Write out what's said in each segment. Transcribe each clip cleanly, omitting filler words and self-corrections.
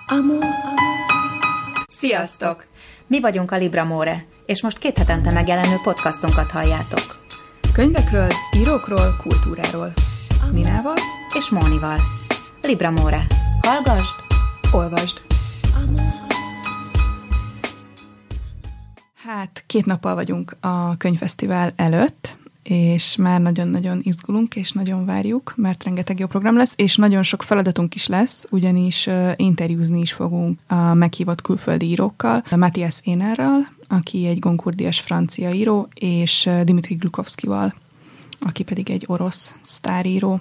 Sziasztok! Mi vagyunk a Libramore, és most 2 hetente megjelenő podcastunkat halljátok. Könyvekről, írókról, kultúráról. Ninával és Mónival. Libramore. Hallgasd, olvasd. Hát 2 nappal vagyunk a könyvfesztivál előtt, és már nagyon-nagyon izgulunk, és nagyon várjuk, mert rengeteg jó program lesz, és nagyon sok feladatunk is lesz, ugyanis interjúzni is fogunk a meghívott külföldi írókkal, Matthias Énerrel, aki egy Goncourt-díjas francia író, és Dmitri Glukovszkival, aki pedig egy orosz sztáríró.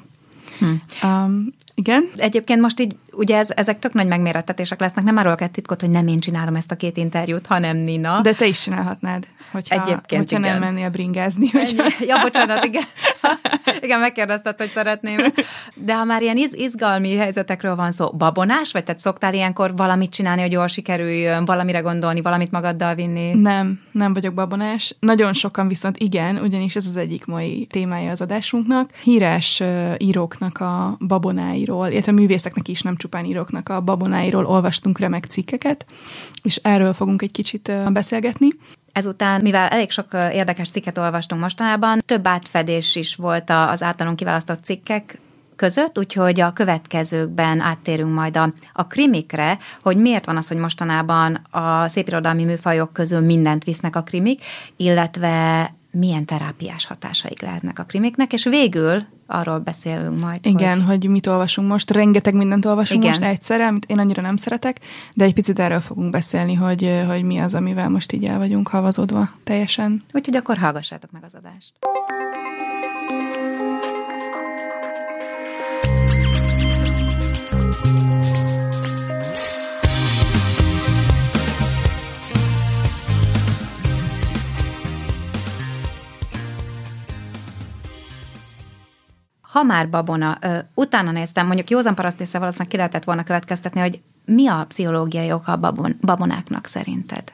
Igen? Egyébként most így, ugye ezek tök nagy megmérettetések lesznek, nem arról kell titkot, hogy nem én csinálom ezt a 2 interjút, hanem Nina. De te is csinálhatnád, hogyha nem mennél bringázni. Ja, bocsánat, igen. Igen, megkérdezted, hogy szeretném. De ha már ilyen izgalmi helyzetekről van szó, babonás, vagy te szoktál ilyenkor valamit csinálni, hogy jól sikerüljön, valamire gondolni, valamit magaddal vinni? Nem vagyok babonás. Nagyon sokan viszont igen, ugyanis ez az egyik mai témája az adásunknak. Híres íróknak a babonáiról, illetve művészeknek is, nem csupán íróknak a babonáiról olvastunk remek cikkeket, és erről fogunk egy kicsit beszélgetni. Ezután, mivel elég sok érdekes cikket olvastunk mostanában, több átfedés is volt az általunk kiválasztott cikkek között, úgyhogy a következőkben áttérünk majd a krimikre, hogy miért van az, hogy mostanában a szépirodalmi műfajok közül mindent visznek a krimik, illetve milyen terápiás hatásaik lehetnek a krimiknek, és végül arról beszélünk majd. Igen, hogy mit olvasunk most. Rengeteg mindent olvasunk most egyszerre, amit én annyira nem szeretek, de egy picit erről fogunk beszélni, hogy mi az, amivel most így el vagyunk havazodva teljesen. Úgyhogy akkor hallgassátok meg az adást. Ha már babona, utána néztem, mondjuk józan parasztésszel valószínűleg ki lehetett volna következtetni, hogy mi a pszichológiai oka a babonáknak szerinted?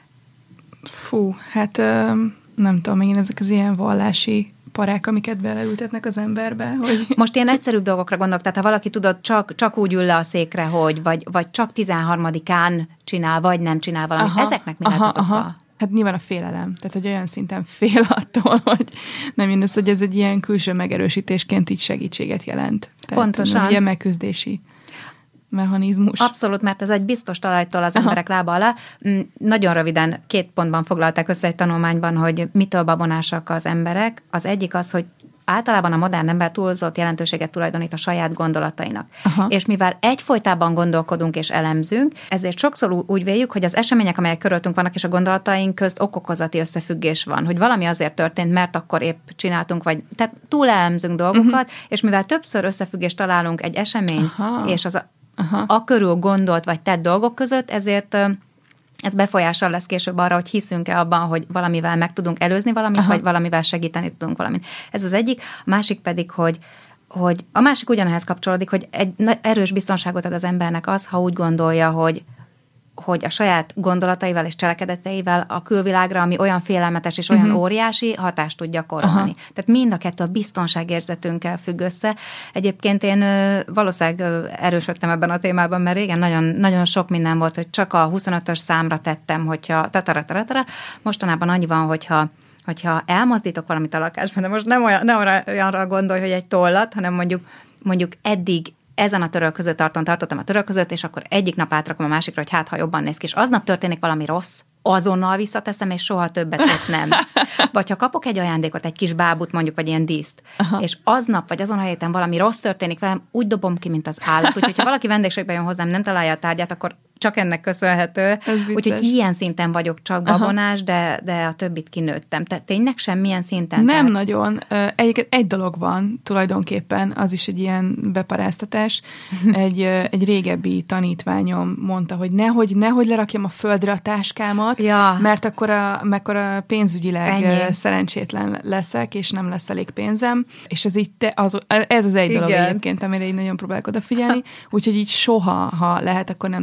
Fú, hát nem tudom, megint ezek az ilyen vallási parák, amiket beleültetnek az emberbe. Hogy... Most ilyen egyszerűbb dolgokra gondolok, tehát ha valaki tudod, csak úgy ül le a székre, hogy vagy csak 13-án csinál, vagy nem csinál valamit. Ezeknek mi lehet az oka? Hát nyilván a félelem. Tehát, hogy olyan szinten fél attól, hogy nem jön össze, hogy ez egy ilyen külső megerősítésként így segítséget jelent. Tehát, pontosan. Ilyen megküzdési mechanizmus. Abszolút, mert ez egy biztos talajtól az emberek lába alá. Nagyon röviden 2 pontban foglalták össze egy tanulmányban, hogy mitől babonásak az emberek. Az egyik az, hogy általában a modern ember túlzott jelentőséget tulajdonít a saját gondolatainak. És mivel egyfolytában gondolkodunk és elemzünk, ezért sokszor úgy véljük, hogy az események, amelyek körülöttünk vannak, és a gondolataink közt okokozati összefüggés van, hogy valami azért történt, mert akkor épp csináltunk, vagy tehát túlelemzünk dolgokat, és mivel többször összefüggést találunk egy esemény, és az a körül gondolt vagy tett dolgok között, ezért ez befolyással lesz később arra, hogy hiszünk-e abban, hogy valamivel meg tudunk előzni valamit, vagy valamivel segíteni tudunk valamit. Ez az egyik. A másik pedig, hogy a másik ugyanehhez kapcsolódik, hogy egy erős biztonságot ad az embernek az, ha úgy gondolja, hogy a saját gondolataival és cselekedeteivel a külvilágra, ami olyan félelmetes és olyan óriási, hatást tud gyakorolni. Tehát mind a kettő a biztonságérzetünkkel függ össze. Egyébként én valószínűleg erősödtem ebben a témában, mert régen nagyon, nagyon sok minden volt, hogy csak a 25-ös számra tettem, hogyha mostanában annyi van, hogyha elmozdítok valamit a lakásban, de most nem olyanra gondolj, hogy egy tollat, hanem mondjuk eddig ezen a törölköző tartottam a törölközőt, és akkor egyik nap átrakom a másikra, hogy ha jobban néz ki, és aznap történik valami rossz, azonnal visszateszem, és soha többet ott nem. Vagy ha kapok egy ajándékot, egy kis bábút mondjuk, vagy ilyen díszt, és aznap, vagy azon a héten valami rossz történik velem, úgy dobom ki, mint az állat. Úgyhogy ha valaki vendégségbe jön hozzám, nem találja a tárgyát, akkor csak ennek köszönhető. Úgyhogy ilyen szinten vagyok csak babonás, de a többit kinőttem. Tehát tényleg semmilyen szinten? Nem nagyon. Egyébként egy dolog van tulajdonképpen, az is egy ilyen beparáztatás. Egy régebbi tanítványom mondta, hogy nehogy lerakjam a földre a táskámat, mert akkor a pénzügyileg szerencsétlen leszek, és nem lesz elég pénzem. És ez így ez az egy dolog egyébként, amire így nagyon próbálok odafigyelni. Úgyhogy így soha, ha lehet, akkor nem teszem le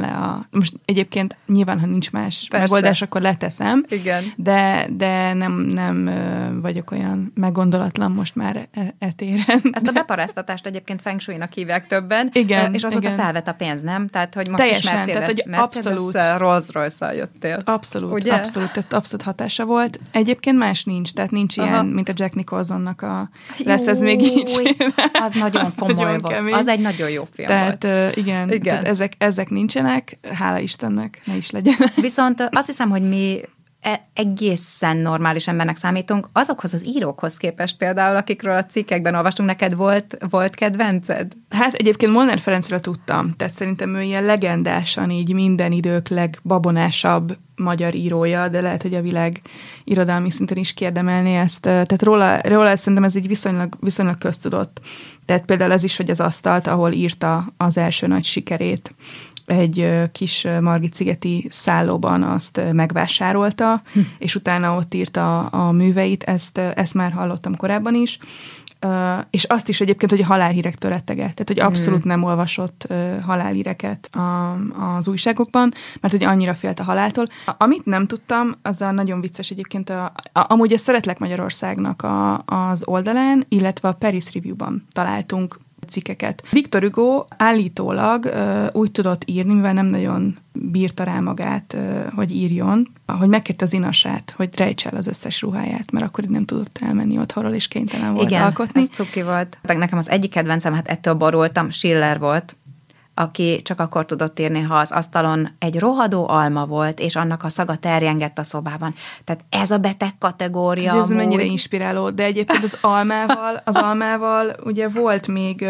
le most egyébként nyilván, ha nincs más megoldás, akkor leteszem. Igen. De nem vagyok olyan meggondolatlan most már téren. Ezt a beparáztatást egyébként feng shui-nak hívják többen, igen, és azóta felvet a pénz, nem? Tehát, hogy most teljesen, is Mercedes Rolls-Royce-szal jöttél. Abszolút, tehát abszolút hatása volt. Egyébként más nincs, tehát nincs ilyen, mint a Jack Nicholsonnak lesz ez még így. Az nagyon komoly volt. Kemény. Az egy nagyon jó film tehát, volt. Igen. Tehát ezek nincsenek, hála Istennek, ne is legyenek. Viszont azt hiszem, hogy mi egészen normális embernek számítunk, azokhoz az írókhoz képest például, akikről a cikkekben olvastunk, neked volt kedvenced? Hát egyébként Molnár Ferencről tudtam, tehát szerintem ő ilyen legendásan így minden idők legbabonásabb magyar írója, de lehet, hogy a világ irodalmi szinten is kérdemelné ezt. Tehát róla szerintem ez így viszonylag köztudott. Tehát például ez is, hogy az asztalt, ahol írta az első nagy sikerét, egy kis Margit-szigeti szállóban azt megvásárolta, és utána ott írta a műveit, ezt már hallottam korábban is, és azt is egyébként, hogy a halálhírektől retteget, tehát hogy abszolút nem olvasott halálhíreket az újságokban, mert hogy annyira félt a haláltól. Amit nem tudtam, az a nagyon vicces egyébként, amúgy a Szeretlek Magyarországnak az oldalán, illetve a Paris Review-ban találtunk cikkeket. Victor Hugo állítólag úgy tudott írni, mivel nem nagyon bírta rá magát, hogy írjon, hogy megkérte az inasát, hogy rejts el az összes ruháját, mert akkor így nem tudott elmenni otthonról, és kénytelen volt alkotni. Igen, ez cuki volt. Nekem az egyik kedvencem, hát ettől borultam, Schiller volt, aki csak akkor tudott írni, ha az asztalon egy rohadó alma volt, és annak a szaga terjengett a szobában. Tehát ez a beteg kategória. Ez mennyire inspiráló, de egyébként az almával ugye volt még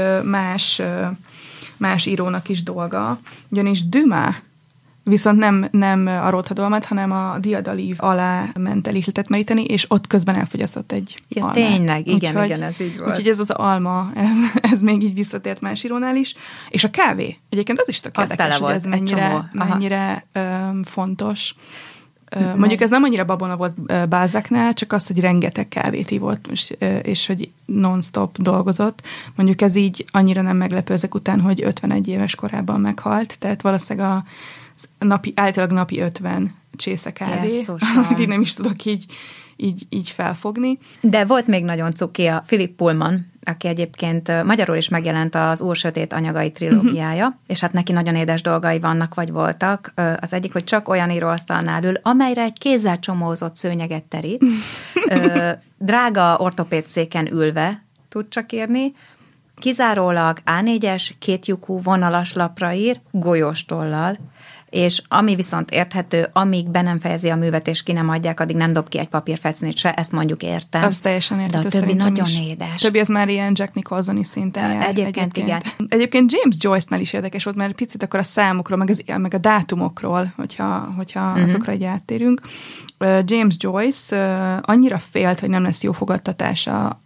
más írónak is dolga, ugyanis Dumas viszont nem a Rothadolmat, hanem a Diadalív alá ment el ihletet meríteni, és ott közben elfogyasztott egy almát. Tényleg, igen, ez így volt. Úgyhogy ez az alma, ez még így visszatért más írónál is. És a kávé, egyébként az is tök érdekes, hogy ez mennyire fontos. Mondjuk ez nem annyira babona volt Balzacnál, csak azt, hogy rengeteg kávét ívott, és hogy non-stop dolgozott. Mondjuk ez így annyira nem meglepő ezek után, hogy 51 éves korában meghalt, tehát valószínűleg általában napi 50 csésze kávé, amit így nem is tudok így felfogni. De volt még nagyon cuki a Philip Pullman, aki egyébként magyarul is megjelent az Úr sötét anyagai trilógiája, és hát neki nagyon édes dolgai vannak, vagy voltak. Az egyik, hogy csak olyan íróasztalnál ül, amelyre egy kézzel csomózott szőnyeget terít, drága ortopéd széken ülve tud csak írni, kizárólag A4-es, kétlyukú vonalas lapra ír, golyóstollal, és ami viszont érthető, amíg be nem fejezi a művet, és ki nem adják, addig nem dob ki egy papírfecnit se, ezt mondjuk értem. Az teljesen érthető. De a többi nagyon édes. Többi az már ilyen Jack Nicholson-i szinten jár. Egyébként igen. Egyébként James Joyce-nál is érdekes volt, mert picit akkor a számokról, meg a dátumokról, hogyha azokra egy áttérünk. James Joyce annyira félt, hogy nem lesz jó fogadtatása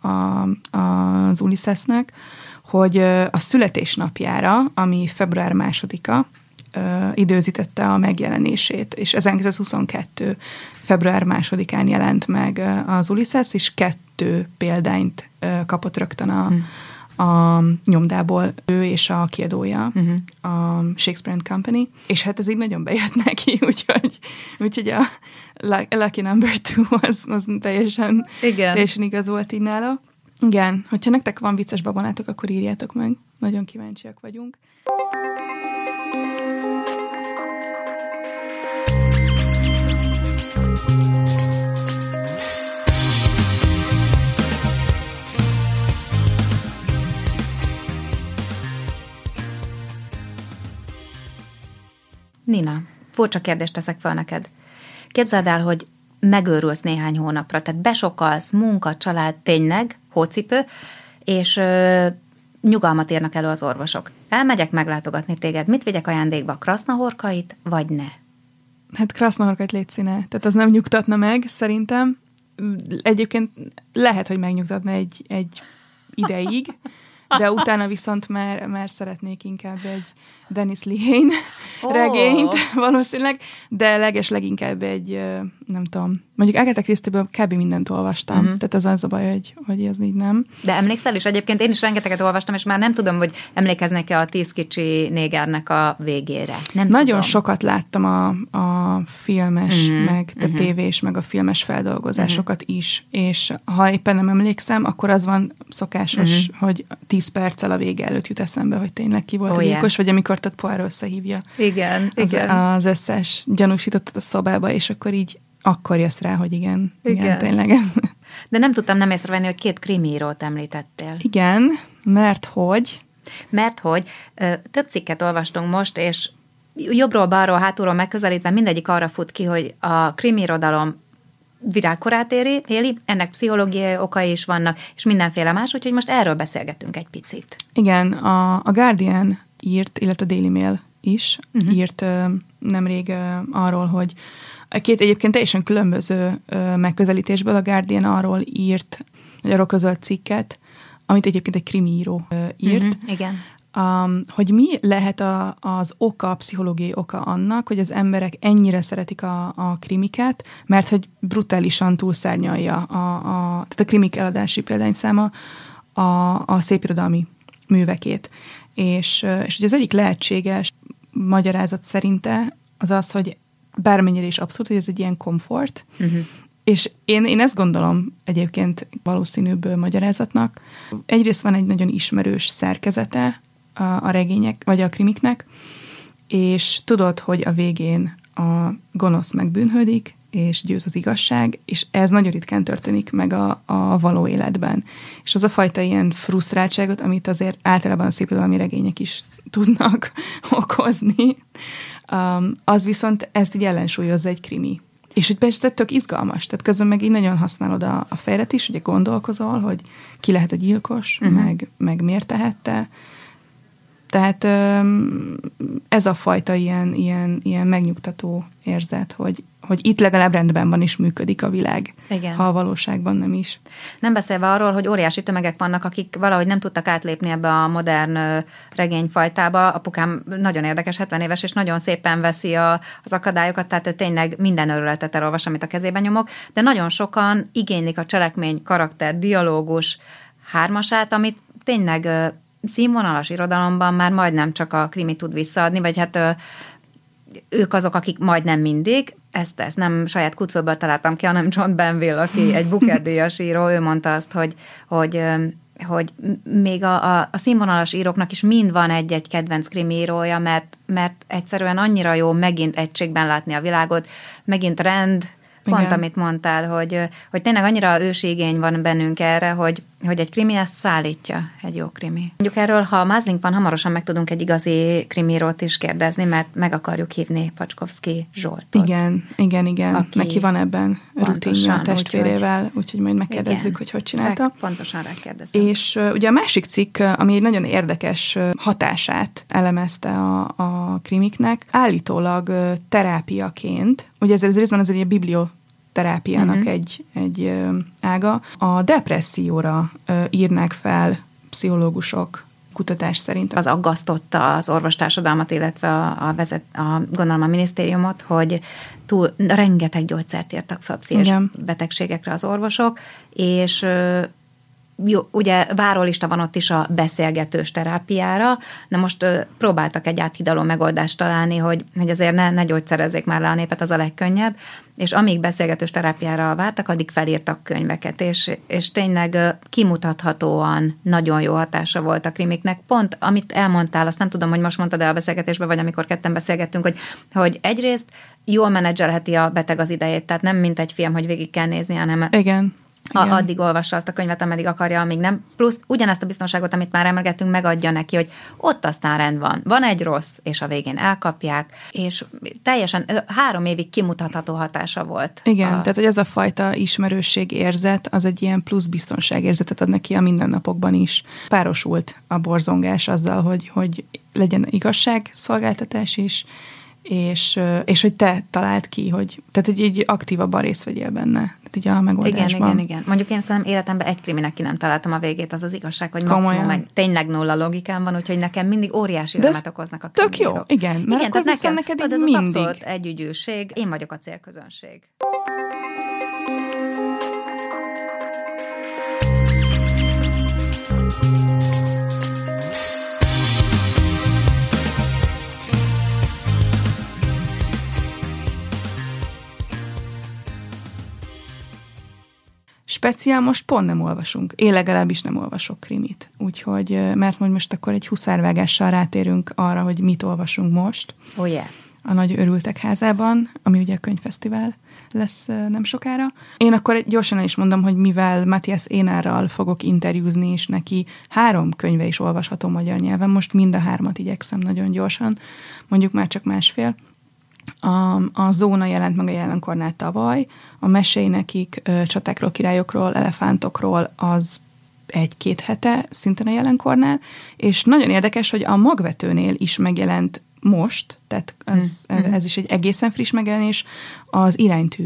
az Ulyssesnek, hogy a születésnapjára, ami február 2-a, időzítette a megjelenését, és 1922. február 2-án jelent meg az Ulysses, és 2 példányt kapott rögtön a nyomdából ő és a kiadója, a Shakespeare and Company, és hát ez így nagyon bejött neki, úgyhogy a Lucky Number 2 az teljesen igaz volt így nála. Igen, hogyha nektek van vicces babonátok, akkor írjátok meg. Nagyon kíváncsiak vagyunk. Nina, furcsa kérdést teszek fel neked. Képzeld el, hogy megőrülsz néhány hónapra, tehát besokalsz, munka, család, tényleg, hócipő, és nyugalmat érnek elő az orvosok. Elmegyek meglátogatni téged, mit vigyek ajándékba, krasznahorkait, vagy ne? Hát krasznahorkait légy színe. Tehát az nem nyugtatna meg, szerintem. Egyébként lehet, hogy megnyugtatna egy ideig, de utána viszont már szeretnék inkább egy Dennis Lehane regényt valószínűleg, de leginkább egy, nem tudom, mondjuk Agatha Christie-ből kb. Mindent olvastam, tehát az a baj, hogy ez így nem. De emlékszel is? Egyébként én is rengeteget olvastam, és már nem tudom, hogy emlékeznek-e a 10 kicsi négernek a végére. Nem Nagyon tudom. sokat láttam a filmes, meg a tévés, meg a filmes feldolgozásokat is, és ha éppen nem emlékszem, akkor az van szokásos, hogy 10 perccel a vége előtt jut eszembe, hogy tényleg ki volt a gyilkos, vagy amikor Poirot összehívja igen. Az összes gyanúsítottat a szobába, és akkor így akkor jössz rá, hogy igen, tényleg. De nem tudtam nem észrevenni, hogy 2 krimiírót említettél. Igen, mert hogy több cikket olvastunk most, és jobbról, balról, hátulról megközelítve mindegyik arra fut ki, hogy a krimiirodalom virágkorát éli, ennek pszichológiai okai is vannak, és mindenféle más, úgyhogy most erről beszélgetünk egy picit. Igen, a Guardian írt, illetve a Daily Mail is írt nemrég arról, hogy két egyébként teljesen különböző megközelítésből a Guardian arról írt, vagy arról közölt cikket, amit egyébként egy krimiíró írt. Igen. Hogy mi lehet az oka, a pszichológiai oka annak, hogy az emberek ennyire szeretik a krimiket, mert hogy brutálisan túlszárnyalja tehát a krimik eladási példányszáma a szépirodalmi művekét. És hogy az egyik lehetséges magyarázat szerinte az az, hogy bármennyire is abszurd, hogy ez egy ilyen komfort, és én ezt gondolom egyébként valószínűbb magyarázatnak. Egyrészt van egy nagyon ismerős szerkezete a regények, vagy a krimiknek, és tudod, hogy a végén a gonosz megbűnhődik, és győz az igazság, és ez nagyon ritkán történik meg a való életben. És az a fajta ilyen frusztráltságot, amit azért általában a szépirodalmi regények is tudnak okozni, az viszont ezt így ellensúlyozza egy krimi. És hogy persze tök izgalmas, tehát közben meg így nagyon használod a fejret is, ugye gondolkozol, hogy ki lehet a gyilkos, meg miért tehette. Tehát ez a fajta ilyen megnyugtató érzet, hogy itt legalább rendben van és működik a világ, igen, ha a valóságban nem is. Nem beszélve arról, hogy óriási tömegek vannak, akik valahogy nem tudtak átlépni ebbe a modern regényfajtába. Apukám nagyon érdekes, 70 éves, és nagyon szépen veszi az akadályokat, tehát ő tényleg minden örületet elolvas, amit a kezében nyomok, de nagyon sokan igénylik a cselekmény, karakter, dialógus hármasát, amit tényleg színvonalas irodalomban már majdnem csak a krimi tud visszaadni, vagy hát ők azok, akik majdnem mindig, ezt nem saját kutfőből találtam ki, hanem John Banville, aki egy Booker-díjas író, ő mondta azt, hogy még a színvonalas íróknak is mind van egy kedvenc krimi írója, mert egyszerűen annyira jó megint egységben látni a világot, megint rend, pont igen, amit mondtál, hogy tényleg annyira ősi igény van bennünk erre, hogy egy krimi ezt szállítja, egy jó krimi. Mondjuk erről, ha mázlink van, hamarosan meg tudunk egy igazi krimirót is kérdezni, mert meg akarjuk hívni Pacskovszky Zsoltot. Igen. Neki van ebben rutinja a testvérével, úgyhogy majd megkérdezzük, hogy csinálta. Pontosan rákérdezem. És ugye a másik cikk, ami egy nagyon érdekes hatását elemezte a krimiknek, állítólag terápiaként, ugye ez részben az egy biblioterápiának egy ága, a depresszióra írnák fel pszichológusok kutatás szerint. Az aggasztotta az orvostársadalmat, illetve gondolom a minisztériumot, hogy rengeteg gyógyszert írtak fel pszichés betegségekre az orvosok, és jó, ugye várólista van ott is a beszélgetős terápiára, de most próbáltak egy áthidaló megoldást találni, hogy azért ne gyógyszerezzék már le a népet, az a legkönnyebb, és amíg beszélgetős terápiára vártak, addig felírtak könyveket, és tényleg kimutathatóan nagyon jó hatása volt a krimiknek. Pont, amit elmondtál, azt nem tudom, hogy most mondtad el a beszélgetésben, vagy amikor ketten beszélgettünk, hogy egyrészt jól menedzselheti a beteg az idejét, tehát nem mint egy film, hogy végig kell nézni, hanem igen. Addig olvassa azt a könyvet, ameddig akarja, amíg nem. Plusz ugyanazt a biztonságot, amit már emlegettünk, megadja neki, hogy ott aztán rend van. Van egy rossz, és a végén elkapják, és teljesen 3 évig kimutatható hatása volt. Igen, tehát hogy ez a fajta ismerősség érzet, az egy ilyen plusz biztonságérzetet ad neki a mindennapokban is. Párosult a borzongás azzal, hogy legyen igazságszolgáltatás is, és hogy te találd ki, tehát így aktívabban részt vegyél benne, tehát így a megoldásban. Igen. Mondjuk én szerintem életemben egy kriminek ki nem találtam a végét, az igazság, hogy maximum meg tényleg nulla logikám van, úgyhogy nekem mindig óriási örömet okoznak a tök jó, igen. Mert akkor tehát neked ez mindig. az abszolút együgyűség, én vagyok a célközönség. Speciál most pont nem olvasunk. Én legalábbis nem olvasok krimit. Úgyhogy, mert most akkor egy huszárvágással rátérünk arra, hogy mit olvasunk most. Oh yeah. A Nagy Örültek Házában, ami ugye a könyvfesztivál lesz nem sokára. Én akkor gyorsan el is mondom, hogy mivel Matthias Énárral fogok interjúzni, és neki 3 könyve is olvasható magyar nyelven, most mind a 3-at igyekszem nagyon gyorsan, mondjuk már csak másfél. A Zóna jelent meg a Jelenkornál tavaly, a Mesélj nekik csatákról, királyokról, elefántokról az 1-2 hete, szintén a Jelenkornál, és nagyon érdekes, hogy a Magvetőnél is megjelent most, tehát ez is egy egészen friss megjelenés, az Iránytű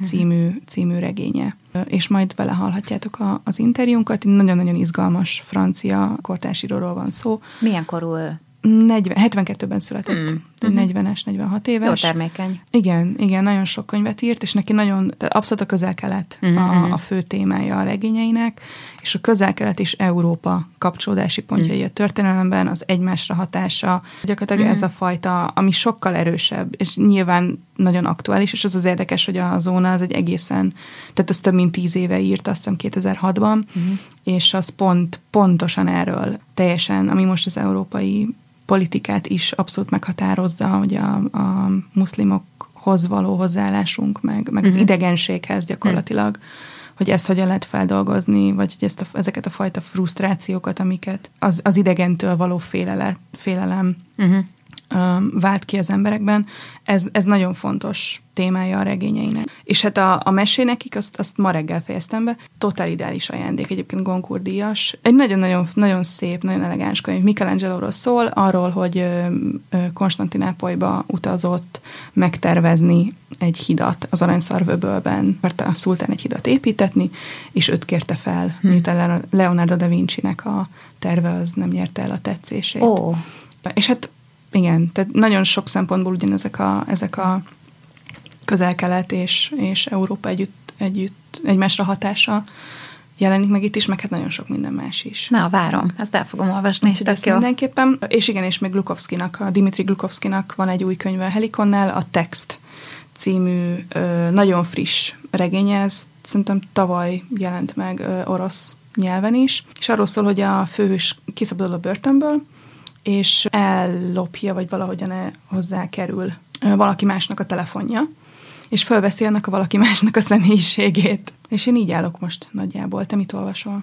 című regénye. És majd vele hallhatjátok az interjúnkat. Nagyon-nagyon izgalmas francia kortársíróról van szó. Milyen korú ő? 72-ben született, 40-es, 46 éves. Jó termékeny. Igen, nagyon sok könyvet írt, és neki abszolút a Közel-Kelet a fő témája a regényeinek, és a Közel-Kelet és Európa kapcsolódási pontjai a történelemben, az egymásra hatása, gyakorlatilag ez a fajta, ami sokkal erősebb, és nyilván nagyon aktuális, és az érdekes, hogy a Zóna az egy egészen, tehát ez több mint 10 éve írt, azt hiszem 2006-ban, és az pontosan erről teljesen, ami most az európai politikát is abszolút meghatározza, hogy a muszlimokhoz való hozzáállásunk, meg az idegenséghez gyakorlatilag, hogy ezt hogyan lehet feldolgozni, vagy hogy ezeket a fajta frusztrációkat, amiket az idegentől való félelem vált ki az emberekben, ez nagyon fontos témája a regényeinek. És hát a Mesélj nekik, azt ma reggel fejeztem be, totál ideális ajándék, egyébként Goncourt díjas. Egy nagyon szép, nagyon elegáns könyv. Michelangelóról szól, arról, hogy Konstantinápolyba utazott megtervezni egy hidat az Aranyszarvöbölben, mert a szultán egy hidat építetni, és őt kérte fel, miután Leonardo da Vinci-nek a terve az nem nyerte el a tetszését. Oh. És hát igen, tehát nagyon sok szempontból ezek a Közel-Kelet és Európa együtt egymásra hatása jelenik meg itt is, meg hát nagyon sok minden más is. Na, várom, ezt el fogom olvasni. Úgyhogy ezt mindenképpen. És igen, és még Glukovszkinak, a Dimitri Glukovszkinak van egy új könyve a Helikonnál, a Text című nagyon friss regénye, ez szerintem tavaly jelent meg orosz nyelven is, és arról szól, hogy a főhős kiszabadul a börtönből, és ellopja, vagy valahogyan hozzá kerül valaki másnak a telefonja, és fölveszi annak a valaki másnak a személyiségét. És én így állok most nagyjából. Te mit olvasol?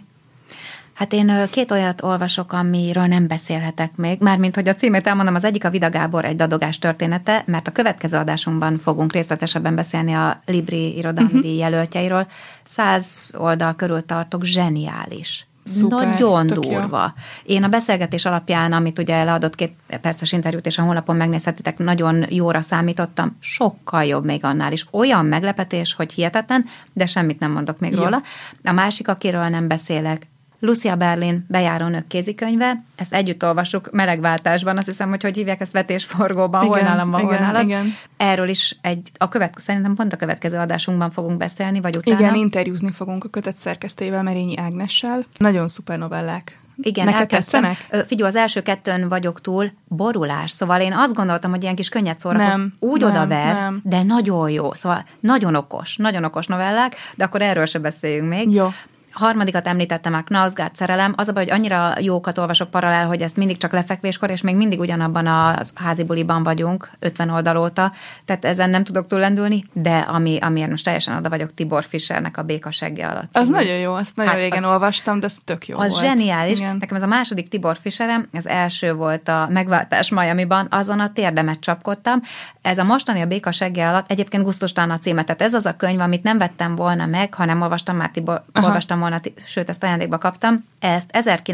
Hát én 2 olyat olvasok, amiről nem beszélhetek még, mármint, hogy a címét elmondom, az egyik a Vida Gábor egy dadogás története, mert a következő adásunkban fogunk részletesebben beszélni a Libri irodalmi díj jelöltjeiről. 100 oldal körül tartok, zseniális. Szuper, nagyon durva. Jó. Én a beszélgetés alapján, amit ugye leadott 2 perces interjút, és a honlapon megnézhetitek, nagyon jóra számítottam, sokkal jobb még annál is. Olyan meglepetés, hogy hihetetlen, de semmit nem mondok még róla. A másik, akiről nem beszélek, Lucia Berlin bejárónők kézikönyve, ezt együtt olvassuk melegváltásban, azt hiszem, hogy hívják ezt vetésforgóban, hol nálam van, hol nálad. Igen. Erről is szerintem pont a következő adásunkban fogunk beszélni, vagy utána. Igen, interjúzni fogunk a kötet szerkesztőjével, Merényi Ágnessel. Nagyon szuper novellák. Igen, elkezdtem. Figyelj, az első 2 vagyok túl, borulás. Szóval én azt gondoltam, hogy ilyen kis könnyed szórakozó, úgy odaver, de nagyon jó. Szóval nagyon okos novellák, de akkor erről se beszéljünk még. Jó. Harmadikat említettem, a Knausgard szerelem. Az a baj, hogy annyira jókat olvasok paralel, hogy ezt mindig csak lefekvéskor, és még mindig ugyanabban a házi buliban vagyunk, 50 oldal óta, tehát ezen nem tudok túllendülni, de amiért most teljesen oda vagyok, Tibor Fischernek a Béka segge alatt. Az nagyon jó, azt nagyon régen olvastam, de ez tök jó az volt. Zseniális. Igen. Nekem ez a második Tibor Fischerem, az első volt a Megváltás Miamiban, azon a térdemet csapkodtam. Ez a mostani a Béka segge alatt egyébként gusztustalan a címe, tehát ez az a könyv, amit nem vettem volna meg, hanem olvastam volna, sőt, ezt ajándékba kaptam. Ezt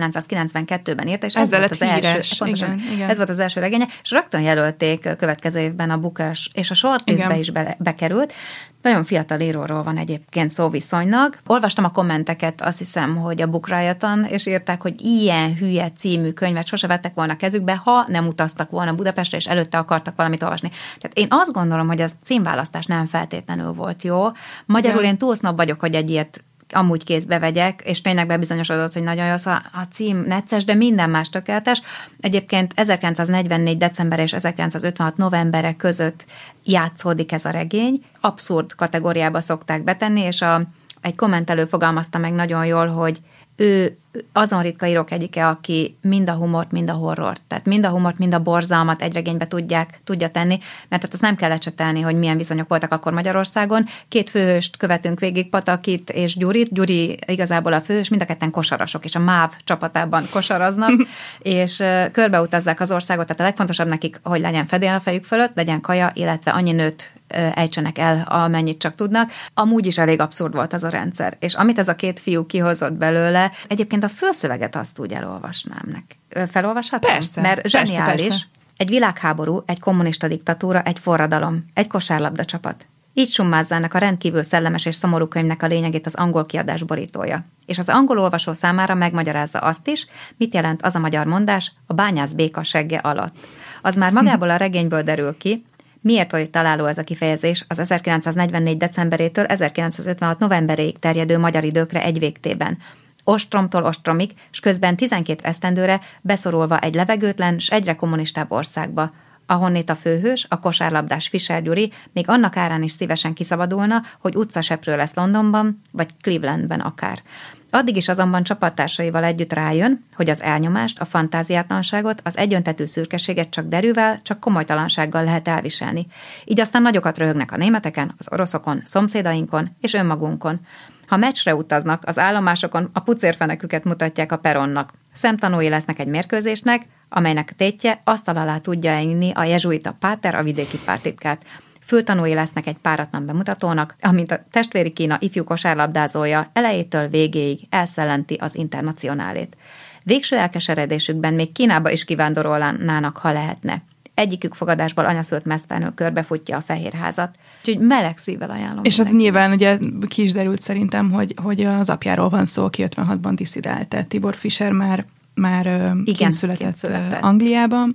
1992-ben írta, és ez volt az első. Pontosan, igen. Ez volt az első regénye, és rögtön jelölték a következő évben a Booker-s, és a shortlistbe is bekerült. Nagyon fiatal íróról van egyébként szó viszonylag. Olvastam a kommenteket, azt hiszem, hogy a Book Riot-on, és írták, hogy ilyen hülye című könyvet sose vettek volna kezükbe, ha nem utaztak volna Budapestre, és előtte akartak valamit olvasni. Tehát én azt gondolom, hogy a címválasztás nem feltétlenül volt jó. Magyarul én túl sznob vagyok, hogy egy ilyet amúgy kézbe vegyek, és tényleg bebizonyosodott, hogy nagyon jó, szóval a cím necces, de minden más tökéletes. Egyébként 1944. december és 1956. novembere között játszódik ez a regény. Abszurd kategóriába szokták betenni, és egy kommentelő fogalmazta meg nagyon jól, hogy ő azon ritka írók egyike, aki mind a humort, mind a horrort, tehát mind a humort, mind a borzalmat egy regénybe tudja tenni, mert hát azt nem kell ecsetelni, hogy milyen viszonyok voltak akkor Magyarországon. Két főhőst követünk végig, Patakit és Gyurit. Gyuri igazából a főhős, mind a ketten kosarasok, és a MÁV csapatában kosaraznak, és körbeutazzák az országot, tehát a legfontosabb nekik, hogy legyen fedél a fejük fölött, legyen kaja, illetve annyi nőt ejtsenek el, amennyit csak tudnak. Amúgy is elég abszurd volt az a rendszer. És amit ez a két fiú kihozott belőle, egyébként a főszöveget azt úgy elolvasnám felolvashatom? Persze. Mert zseniális. Persze. Egy világháború, egy kommunista diktatúra, egy forradalom, egy kosárlabda csapat. Így summázzának a rendkívül szellemes és szomorú könyvnek a lényegét az angol kiadás borítója. És az angol olvasó számára megmagyarázza azt is, mit jelent az a magyar mondás, a bányász béka segge alatt. Az már magából a regényből derül ki, miért oly találó ez a kifejezés az 1944. decemberétől 1956. novemberéig terjedő magyar időkre egy végtében. Ostromtól ostromig, és közben 12 esztendőre beszorulva egy levegőtlen s egyre kommunistább országba, ahonnét a főhős, a kosárlabdás Fischer Gyuri még annak árán is szívesen kiszabadulna, hogy utcaseprő lesz Londonban, vagy Clevelandben akár. Addig is azonban csapattársaival együtt rájön, hogy az elnyomást, a fantáziátlanságot, az egyöntetű szürkeséget csak derűvel, csak komolytalansággal lehet elviselni. Így aztán nagyokat röhögnek a németeken, az oroszokon, szomszédainkon és önmagunkon. Ha meccsre utaznak, az állomásokon a pucérfeneküket mutatják a peronnak. Szemtanúi lesznek egy mérkőzésnek, amelynek tétje asztal alá tudja inni a jezsuita páter, a vidéki pártitkát. Fültanúi lesznek egy páratlan bemutatónak, amint a testvéri Kína ifjú kosárlabdázója elejétől végéig elszellenti az internacionálét. Végső elkeseredésükben még Kínába is kivándorolnának, ha lehetne. Egyikük fogadásból anyaszült mesztelenül körbefutja a Fehérházat, úgyhogy meleg szívvel ajánlom. És az nyilván ugye ki is derült szerintem, hogy az apjáról van szó, aki 56-ban disszidált, tehát Tibor Fischer már kint született Angliában,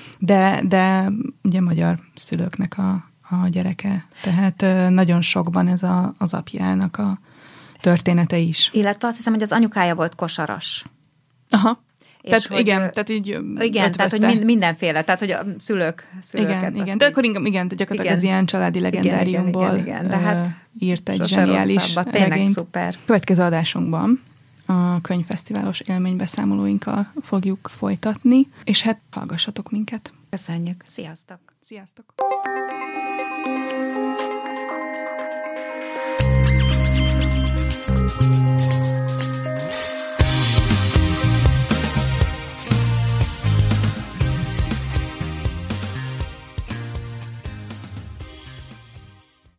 de ugye magyar szülőknek a gyereke. Tehát nagyon sokban ez az apjának a története is. Illetve azt hiszem, hogy az anyukája volt kosaras. Aha. Tehát hogy, igen, tehát így igen, tehát hogy mindenféle, tehát hogy a szülőket. Igen, de akkor igen, gyakorlatilag igen, az ilyen családi legendáriumból igen, de hát írt egy zseniális regényt. Szuper. Következő adásunkban a könyvfesztiválos élménybeszámolóinkkal fogjuk folytatni, és hát hallgassatok minket. Köszönjük. Sziasztok! Sziasztok!